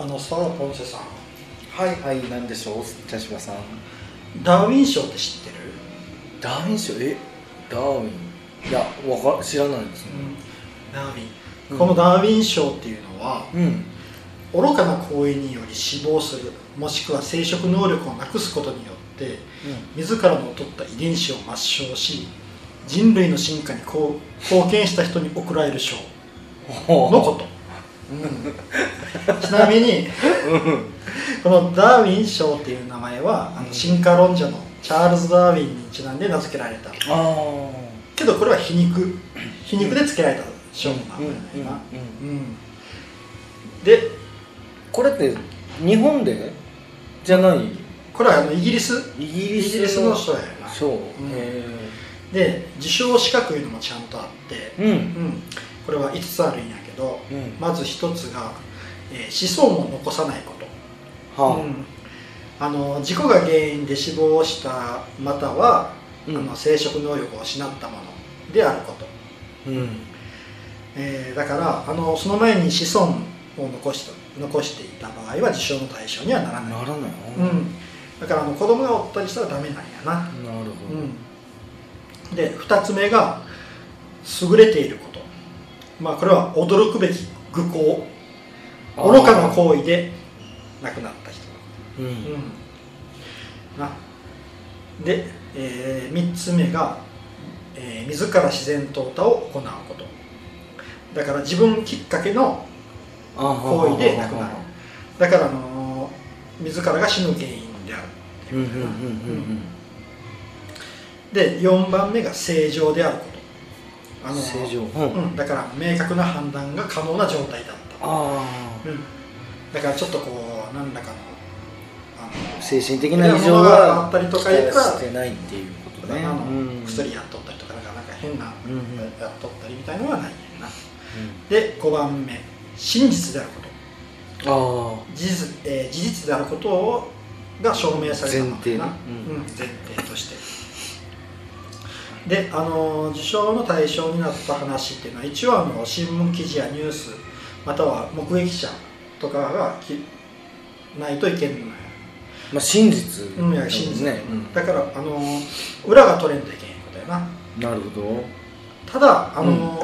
さあポンセさん、 はいはい、なんでしょう、茶柴さん。 ダーウィン賞って知ってる？ ダーウィン賞、ダーウィン、いや、知らないですね。 ダーウィン、このダーウィン賞っていうのは、愚かな行為により死亡する、もしくは生殖能力をなくすことによって、自らの取った遺伝子を抹消し、人類の進化に貢献した人に贈られる賞のこと。ちなみにこのダーウィン賞っていう名前は進化論者のチャールズ・ダーウィンにちなんで名付けられたけど、これは皮肉で付けられた賞なんだよな。でこれって日本でじゃない？ これはイギリスの賞やな。で受賞資格いうのもちゃんとあって、これは5つあるんやけど、まず1つが、子孫を残さないこと、事故が原因で死亡したまたは、生殖能力を失ったものであること、だからその前に子孫を残していた場合は受賞の対象にはならない。だから子供がおったりしたらダメなんやな。 なるほど。 で2つ目が優れていること。これは驚くべき愚行、愚かな行為で亡くなった人。で、3つ目が、自ら自然淘汰を行うこと。だから自分きっかけの行為で亡くなる。だから自らが死ぬ原因であるっていうことで、4番目が正常であること。 正常、 だから明確な判断が可能な状態だった。だからちょっと何らかの精神的な異常があったりとか言ったらしてないっていうことね。 薬やっとったりとか、なんか変なやっとったりみたいなのはないんやな。で5番目、真実であること。事実であることが証明されたのかな。前提として。で受賞の対象になった話っていうのは、一応新聞記事やニュースまたは目撃者とかがないといけんのよ。 真実真実ね。だから裏が取れんといけんことやな。 なるほど。 ただ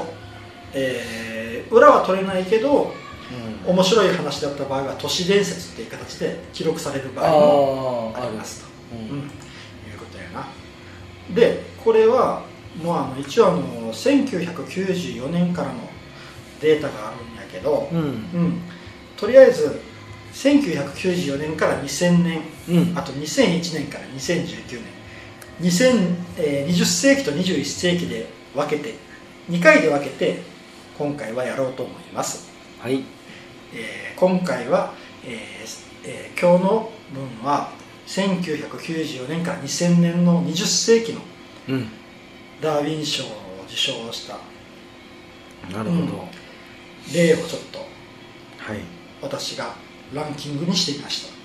裏は取れないけど、面白い話だった場合は都市伝説っていう形で記録される場合もありますということやな。でこれはもう一応1994年からのデータがあるんやけど、とりあえず1994年から2000年、あと2001年から2019年、20世紀と21世紀で分けて2回で分けて今回はやろうと思います。 はい。 今回は、今日の分は1994年から2000年の20世紀のダーウィン賞を受賞した、 なるほど、 例をちょっと、私がランキングにしてみました。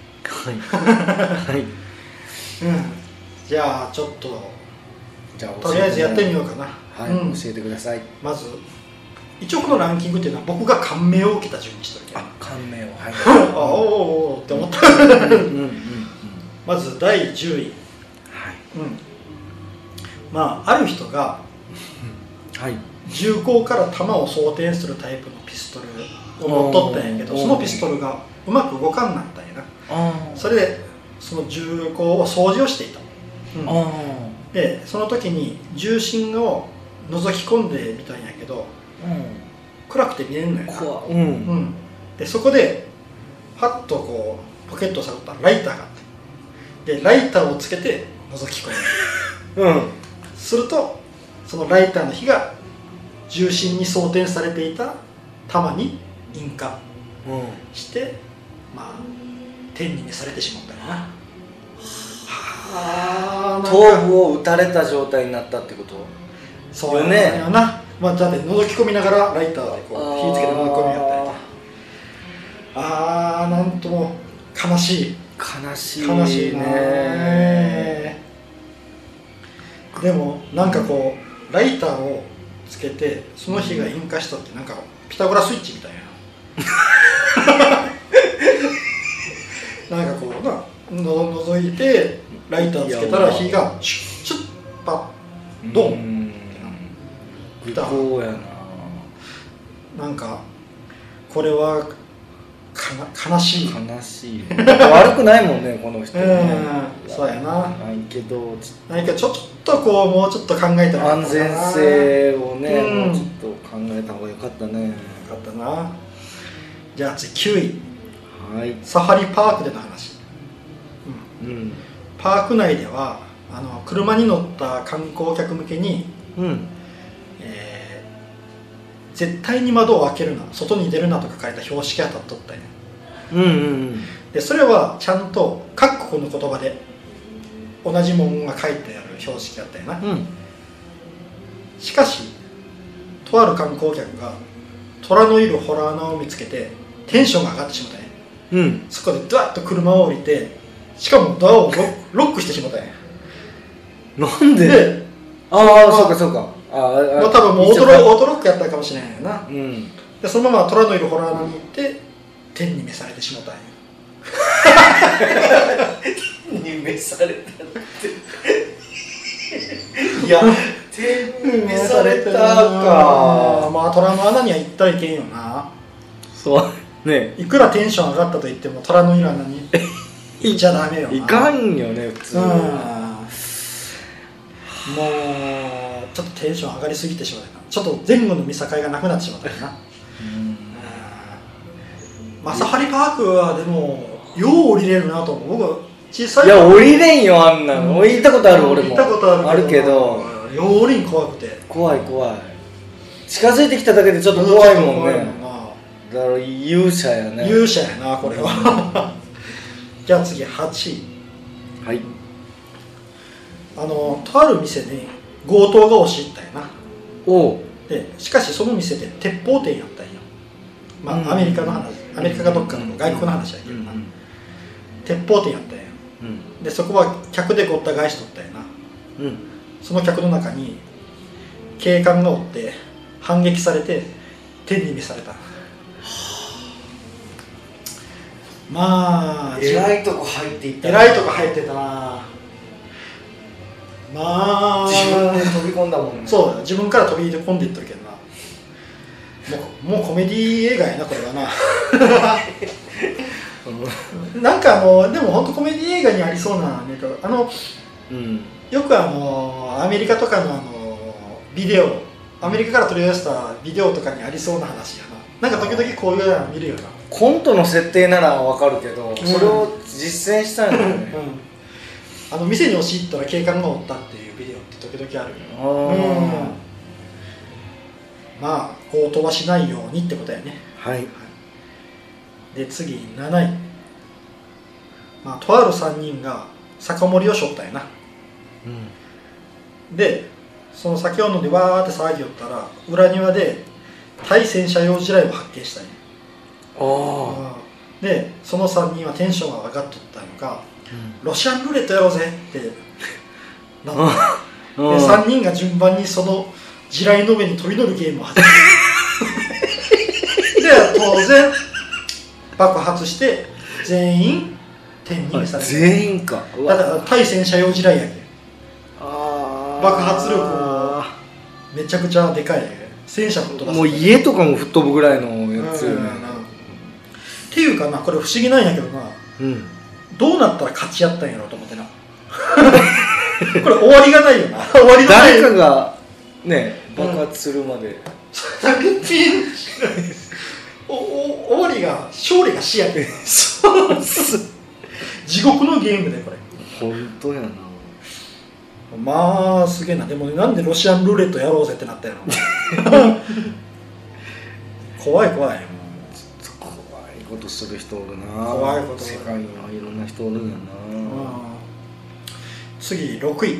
じゃあちょっととりあえずやってみようかな。 教えてください。 まず一応このランキングっていうのは僕が感銘を受けた順にしとるけど、 感銘をおおって思った。まず第10位、ある人が銃口から弾を装填するタイプのピストルを持っとったんやけど、そのピストルがうまく動かんなったんやな。それでその銃口を掃除をしていた。でその時に重心を覗き込んでみたんやけど、暗くて見えんのよな。でそこでパッとポケットを探ったらライターがあって、でライターをつけて覗き込む。するとそのライターの火が重心に装填されていた弾に引火して、天に召されてしまったよな。 頭部を撃たれた状態になったってこと？ そうよね。だって覗き込みながらライターで火つけて覗き込みやったり。なんとも悲しいね。でもなんかライターをつけてその火が引火したって、なんかピタゴラスイッチみたいな。 覗いてライターつけたら火がシュッシュッパッドン愚行やな。 なんかこれは悲しい。 悲しい。悪くないもんねこの人ね。 そうやな。 ないけどちょっとこうもうちょっと考えたら安全性をね、もうちょっと考えた方がよかったね。 よかったな。じゃあ次9位、 はい、 サファリパークでの話。パーク内では車に乗った観光客向けに、絶対に窓を開けるな、外に出るなと書かれた標識が立っとったんや。でそれはちゃんと各国の言葉で同じ文言が書いてある標識だったんやな。しかしとある観光客が虎のいるホラー穴を見つけてテンションが上がってしまったんや。そこでドワッと車を降りて、しかもドアをロックしてしまったんや。 なんで？そうかそうか。 多分もうオートロックやったかもしれないよな。でそのまま虎のいるホラー穴に行って天に召されてしまったんや。 天に召されたっていや天に召されたか。 まあ虎の穴には行ったらいけんよな。 そうね。いくらテンション上がったと言っても虎のいる穴に行っちゃダメよな。 いかんよね普通。 もうちょっとテンション上がりすぎてしまったな。ちょっと前後の見境がなくなってしまったよな。サファリパークはでもよう降りれるなと思う。僕は小さい。 いや降りれんよあんなの。行ったことある俺も。 行ったことあるけど。 よう降りん怖くて。 怖い。近づいてきただけでちょっと怖いもんね。だから勇者やね。 勇者やなこれは。じゃあ次8位。 はい。 とある店に強盗が押し入ったんやな。でしかしその店で鉄砲店やったんや。アメリカの話、アメリカかどっかの外国の話やけどな。鉄砲店やったんや。でそこは客でごった返しとったんやな。その客の中に警官がおって反撃されて天に召された。まあえらいとこ入っていった。 えらいとこ入ってたな。まあ自分で飛び込んだもんね。 そうだ、自分から飛び込んでいっとるけどな。もうコメディ映画やなこれはな。なんかでも本当コメディ映画にありそうなネタ。よくアメリカとかのビデオ、アメリカから取り出したビデオとかにありそうな話やな。なんか時々こういうの見るよな。 コントの設定ならわかるけど、それを実践したんだよね。 店に押し入ったら警官がおったっていうビデオって時々あるよ。まあ強盗はしないようにってことやね。で次7位。とある3人が酒盛りをしょったんやな。でその酒を飲んでわーって騒ぎよったら裏庭で対戦車用地雷を発見したんや。でその3人はテンションが上がっとったのか、ロシアンルーレットやろうぜってなってで3人が順番にその地雷の上に飛び乗るゲームを始めてで当然爆発して全員天に召された。 全員か。 だから対戦車用地雷やけん。爆発力もめちゃくちゃでかい戦車吹っ飛ばす。 もう家とかも吹っ飛ぶぐらいのやつよね。 っていうかな、これ不思議なんやけどな、どうなったら勝ちやったんやろうと思ってな。これ終わりがないよな。終わりがない。 誰かがね爆発するまで。 終わりが勝利が死やけん。地獄のゲームでこれ。 本当やな。 まあすげえな。でもなんでロシアンルーレットやろうぜってなったやろ。怖い。 怖いことする人おるな。 怖いこと。 世界にはいろんな人おるんやな。 次6位。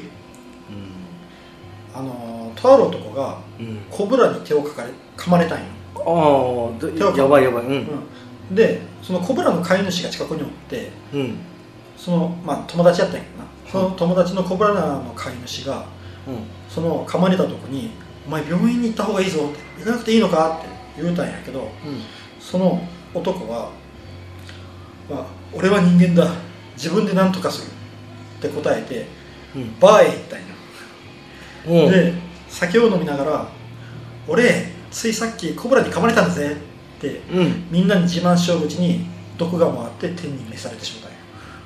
とある男がコブラに手を噛まれたんよ。 やばい。 でそのコブラの飼い主が近くにおって、その友達やったんやけどな。その友達のコブラの飼い主が、その噛まれたとこに「お前病院に行った方がいいぞ」って「行かなくていいのか?」って言うたんやけど、その男は「俺は人間だ、 自分で何とかするって答えて、バーへ行ったんよ。で酒を飲みながら、俺ついさっきコブラに噛まれたんだぜって、みんなに自慢しよううちに毒が回って天に召されてしまったんよ。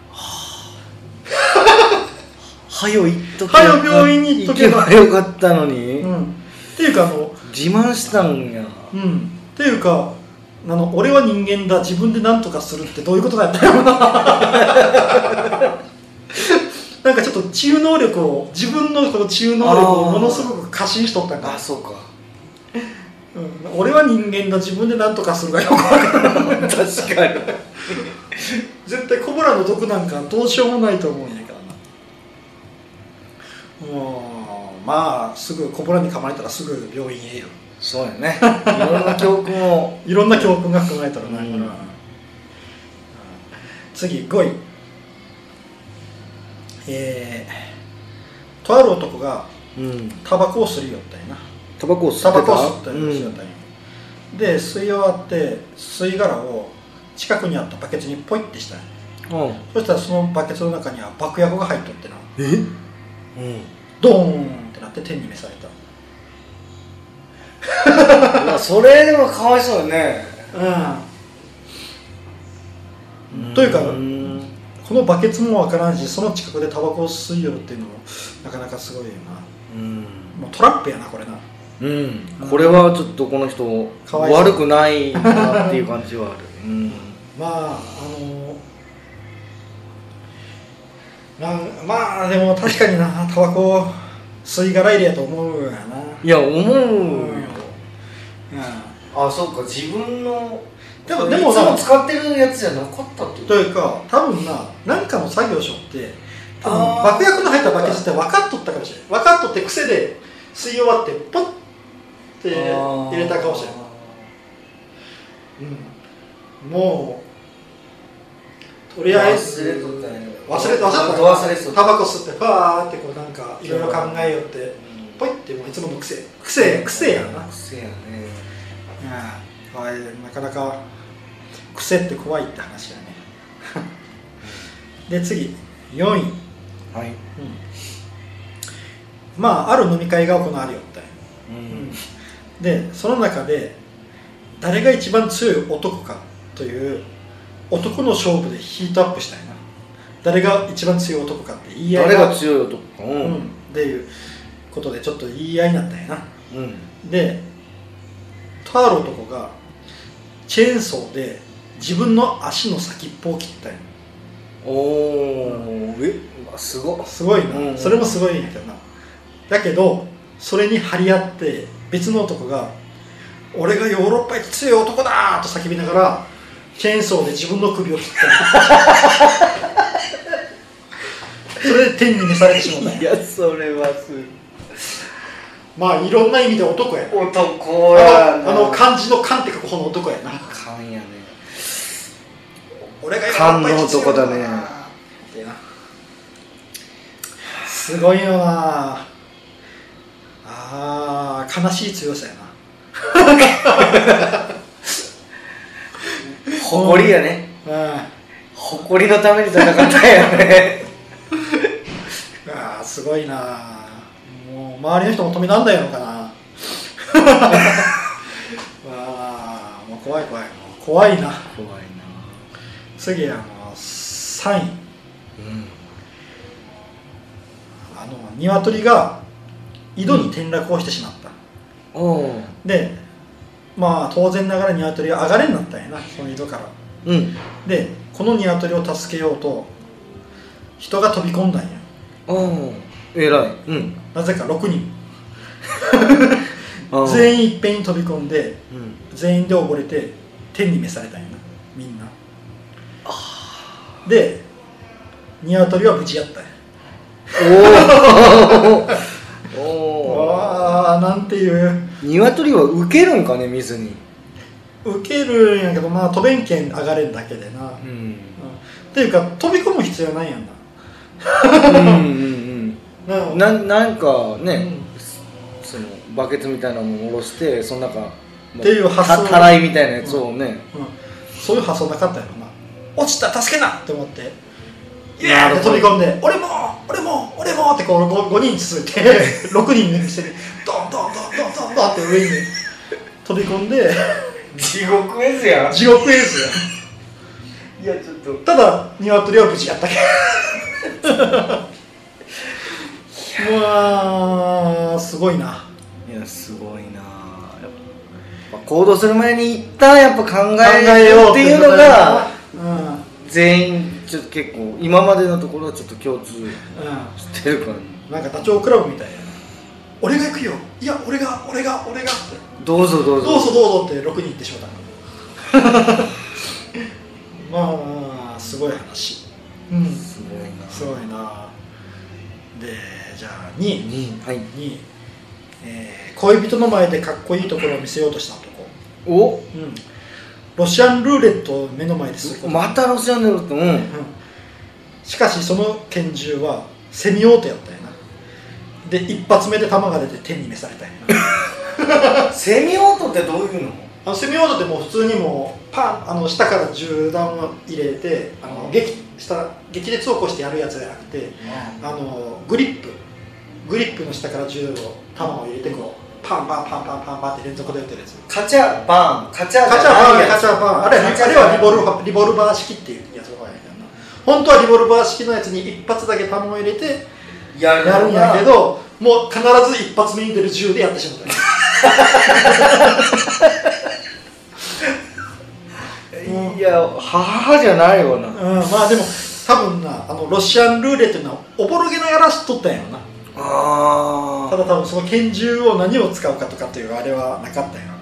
はよ病院に行っとけばよかったのに、 っていうか自慢したんや。 っていうか俺は人間だ、自分で何とかするってどういうことだったよなんかちょっと治癒能力を、自分のこの治癒能力をものすごく過信しとったんだ。 そうか、 俺は人間だ、自分で何とかするがよくわからない確かに絶対コブラの毒なんかどうしようもないと思うんやからな。もうまあすぐコブラに噛まれたらすぐ病院へよ。 そうやね、いろんな教訓をいろんな教訓が含まれたらないから、次5位、とある男がタバコを吸いよったんやな。 タバコを吸ったりしよったんや。 で吸い終わって吸い殻を近くにあったバケツにポイってしたんや。そしたらそのバケツの中には爆薬が入っとってな、ドーンってなって天に召された。 それでもかわいそうよね。 というかこのバケツもわからんし、その近くでタバコを吸いよるっていうのもなかなかすごいよな。もうトラップやなこれな。 これはちょっとこの人悪くないなっていう感じはある。 まあでも確かにな、タバコ吸い殻入れやと思うやな。 いや思うよ。そうか、自分のでもいつも使ってるやつじゃなかったってというか、多分なんかの作業しょって多分爆薬の入ったバケツって分かっとったかもしれない。分かっとって癖で吸い終わってポッって入れたかもしれない。もうとりあえず忘れたタバコ吸ってパーってこうなんかいろいろ考えよってポイってもういつもの癖やな。 癖やね。 なかなか癖って怖いって話やねで次4位、ある飲み会が行われよったんで、その中で誰が一番強い男かという男の勝負でヒートアップしたんやな。誰が一番強い男かって言い合い誰が強い男か、 っていうことでちょっと言い合いになったんやな。でとある男がチェーンソーで自分の足の先っぽを切ったんや。 すごいな、それもすごいんやけどな。だけどそれに張り合って別の男が俺がヨーロッパ一強い男だと叫びながらチェーンソーで自分の首を切ったそれで天に召されてしまったんや。 いやそれはいろんな意味で男や。 男やな。 漢字の漢って書く方の男やな。 漢やね。 俺がヨーロッパ一強い男だね。すごいよな。悲しい強さやな。 誇りやね。誇りのために戦ったやね。 すごいな。もう周りの人も止めなんだよのかな。もう怖いな。次3位、鶏が井戸に転落をしてしまった。で当然ながら鶏は上がれになったんやな、その井戸から。でこの鶏を助けようと人が飛び込んだんや。 偉い。 なぜか6人全員いっぺんに飛び込んで、全員で溺れて天に召されたんやな、みんな。で鶏は無事やったんや。なんていう。 鶏は受けるんかね、水に。 受けるんやけど飛べんけん上がれんだけでな。っていうか飛び込む必要ないやんな。 なんかね、そのバケツみたいなものを下ろしてその中っていう発想、 たらいみたいなやつをね、 そういう発想なかったやろな。落ちた助けなって思ってイエーって飛び込んで俺もってこう 5人続いて6人の店にドンドンドンドンドンドンって上に飛び込んで地獄絵図やん。 地獄絵図いやちょっとただ鶏は無事やったけどうわーすごいな。 いやすごいな。やっぱ行動する前に一旦やっぱ考えようっていうのが、全員ちょっと結構今までのところはちょっと共通してるから、 なんかダチョウ倶楽部みたいな俺が行くよいや俺がってどうぞどうぞって6人言ってしまったまあすごい話、 すごいなでじゃあ2位、 はい、 恋人の前でかっこいいところを見せようとした男。ロシアンルーレットを目の前ですること。 またロシアンルーレット、 しかしその拳銃はセミオートやったんやな。で一発目で弾が出て天に召されたんやなセミオートってどういうの？ セミオートってもう普通にもうパン下から銃弾を入れて激烈を起こしてやるやつじゃなくて、グリップの下から銃を弾を入れてこうパンパンパンパンパンパンって連続で撃ってるやつ。 カチャバンカチャバンあれはリボルバー式っていうやつがあるんやけどな。本当はリボルバー式のやつに一発だけ弾を入れてやるんやけど、もう必ず一発目に出る銃でやってしまったいや母じゃないよな。 まあでも多分なロシアンルーレットっていうのはおぼろげなやらしとったんやろな。ただ多分その拳銃を何を使うかとかっていうあれはなかったんやろな。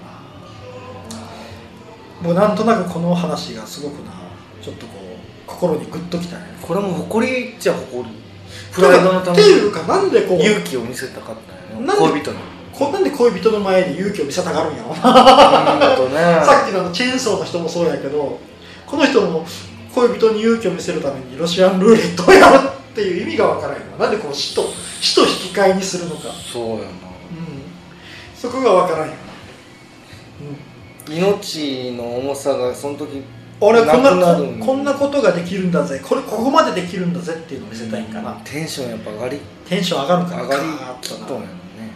もうなんとなくこの話がすごくなちょっとこう心にグッときたね。 これも誇りっちゃ誇り、プライドのためっていうかなんでこう勇気を見せたかったんやね、恋人に。 なんで恋人の前で勇気を見せたがるんやろなさっきのチェーンソーの人もそうやけど、この人も恋人に勇気を見せるためにロシアンルーレットをやるっていう意味がわからんよな。なんでこう死と引き換えにするのか。 そうやな、 そこがわからんよな、命の重さがその時俺こんなことができるんだぜ、ここまでできるんだぜっていうのを見せたいんかな。 テンションやっぱテンション上がるから上がりきっとんやろね。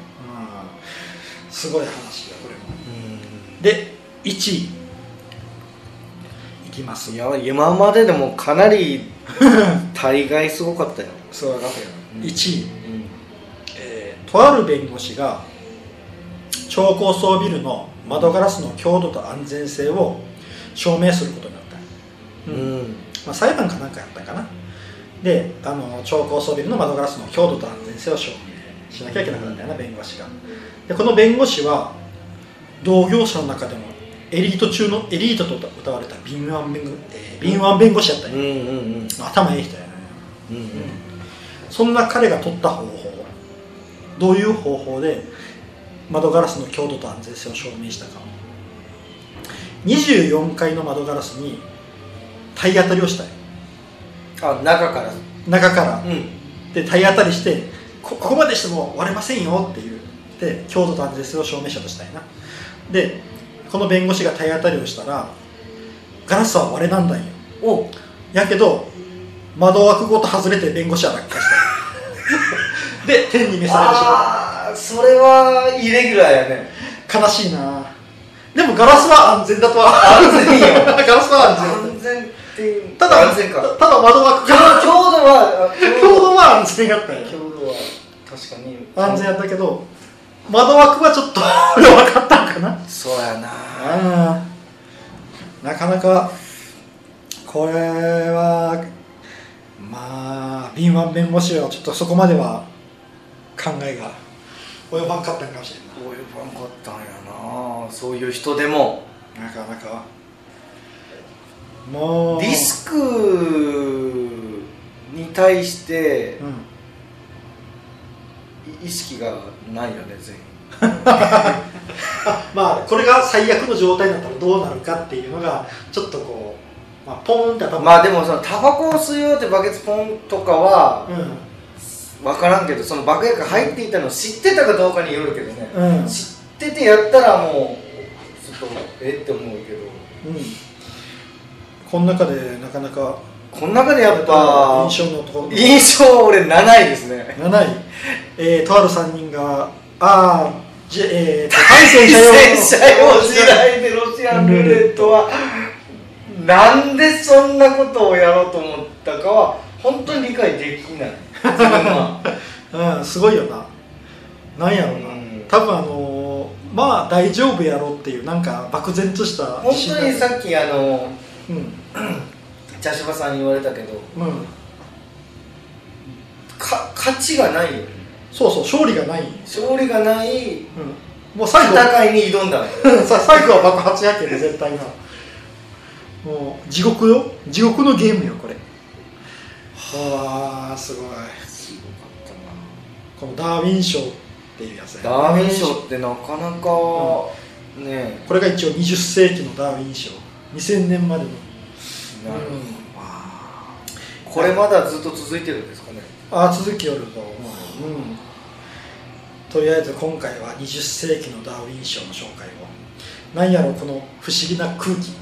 すごい話だこれも。で1位いきます。 いや今まででもかなり大概すごかったよ。 そうだよ。1位、とある弁護士が超高層ビルの窓ガラスの強度と安全性を証明することになった。裁判かなんかやったかな。で超高層ビルの窓ガラスの強度と安全性を証明しなきゃいけなかったんだよな、弁護士が。でこの弁護士は同業者の中でもエリート中のエリートと謳われた敏腕弁護士やったんや。頭いい人やね。そんな彼が取った方法、どういう方法で窓ガラスの強度と安全性を証明したか。24階の窓ガラスに体当たりをしたい。 中から、 で体当たりしてここまでしても割れませんよっていうで強度と安全性を証明したとしたいな。でこの弁護士が体当たりをしたらガラスは割れなんだんよ。やけど窓枠ごと外れて弁護士は落下したで天に召されてしまう。 それはイレギュラーやね。 悲しいな。でもガラスは安全だとは。 安全よガラスは安全っていう。 ただ窓枠が強度は安全やったよ。 強度は確かに安全やったけど窓枠はちょっと弱かったんかな。 そうやな。 なかなかこれはまあ敏腕弁護士はちょっとそこまでは考えが及ばんかったんかもしれない。 及ばんかったんやな。そういう人でもなかなかもうリスクに対して、意識がないよね全員まあこれが最悪の状態になったらどうなるかっていうのがちょっとこう、ポーンって頭。 まあでもそのタバコを吸うよってバケツポンとかは、分からんけど、その爆薬が入っていたのを知ってたかどうかによるけどね、知っててやったらもうちょっとって思うけど、 この中でなかなかこの中でやっぱ印象のところ、 印象俺7位ですね。 7位、とある3人が対戦車用地雷でロシアンルーレットはなんでそんなことをやろうと思ったかは本当に理解できない。 うん、すごいよな。なんやろうな、多分まあ大丈夫やろっていうなんか漠然とした本当にさっきうん茶芝さんに言われたけど、 うん、 勝ちがないよ。 そうそう、勝利がない、 もう最後戦いに挑んだ最後は爆発やけど絶対な、もう地獄よ、地獄のゲームよこれ。わあすごい、 すごかったな。 このダーウィン賞っていうやつ、 ダーウィン賞ってなかなか、ね、 これが一応20世紀のダーウィン賞、2000年までの。 なるほど、これまだずっと続いてるんですかね。 続きよると思う、とりあえず今回は20世紀のダーウィン賞の紹介を。なんやろこの不思議な空気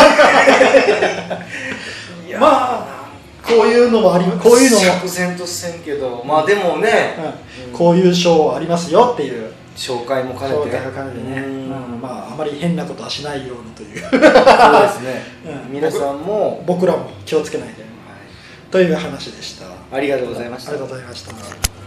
まあこういうのもあり、こういうのも釈然とせんけど、まあでもね、 こういう賞ありますよっていう紹介も兼ねて、 まああまり変なことはしないようにというそうですね、皆さんも僕らも気をつけないで、という話でした。 ありがとうございました。 ありがとうございました。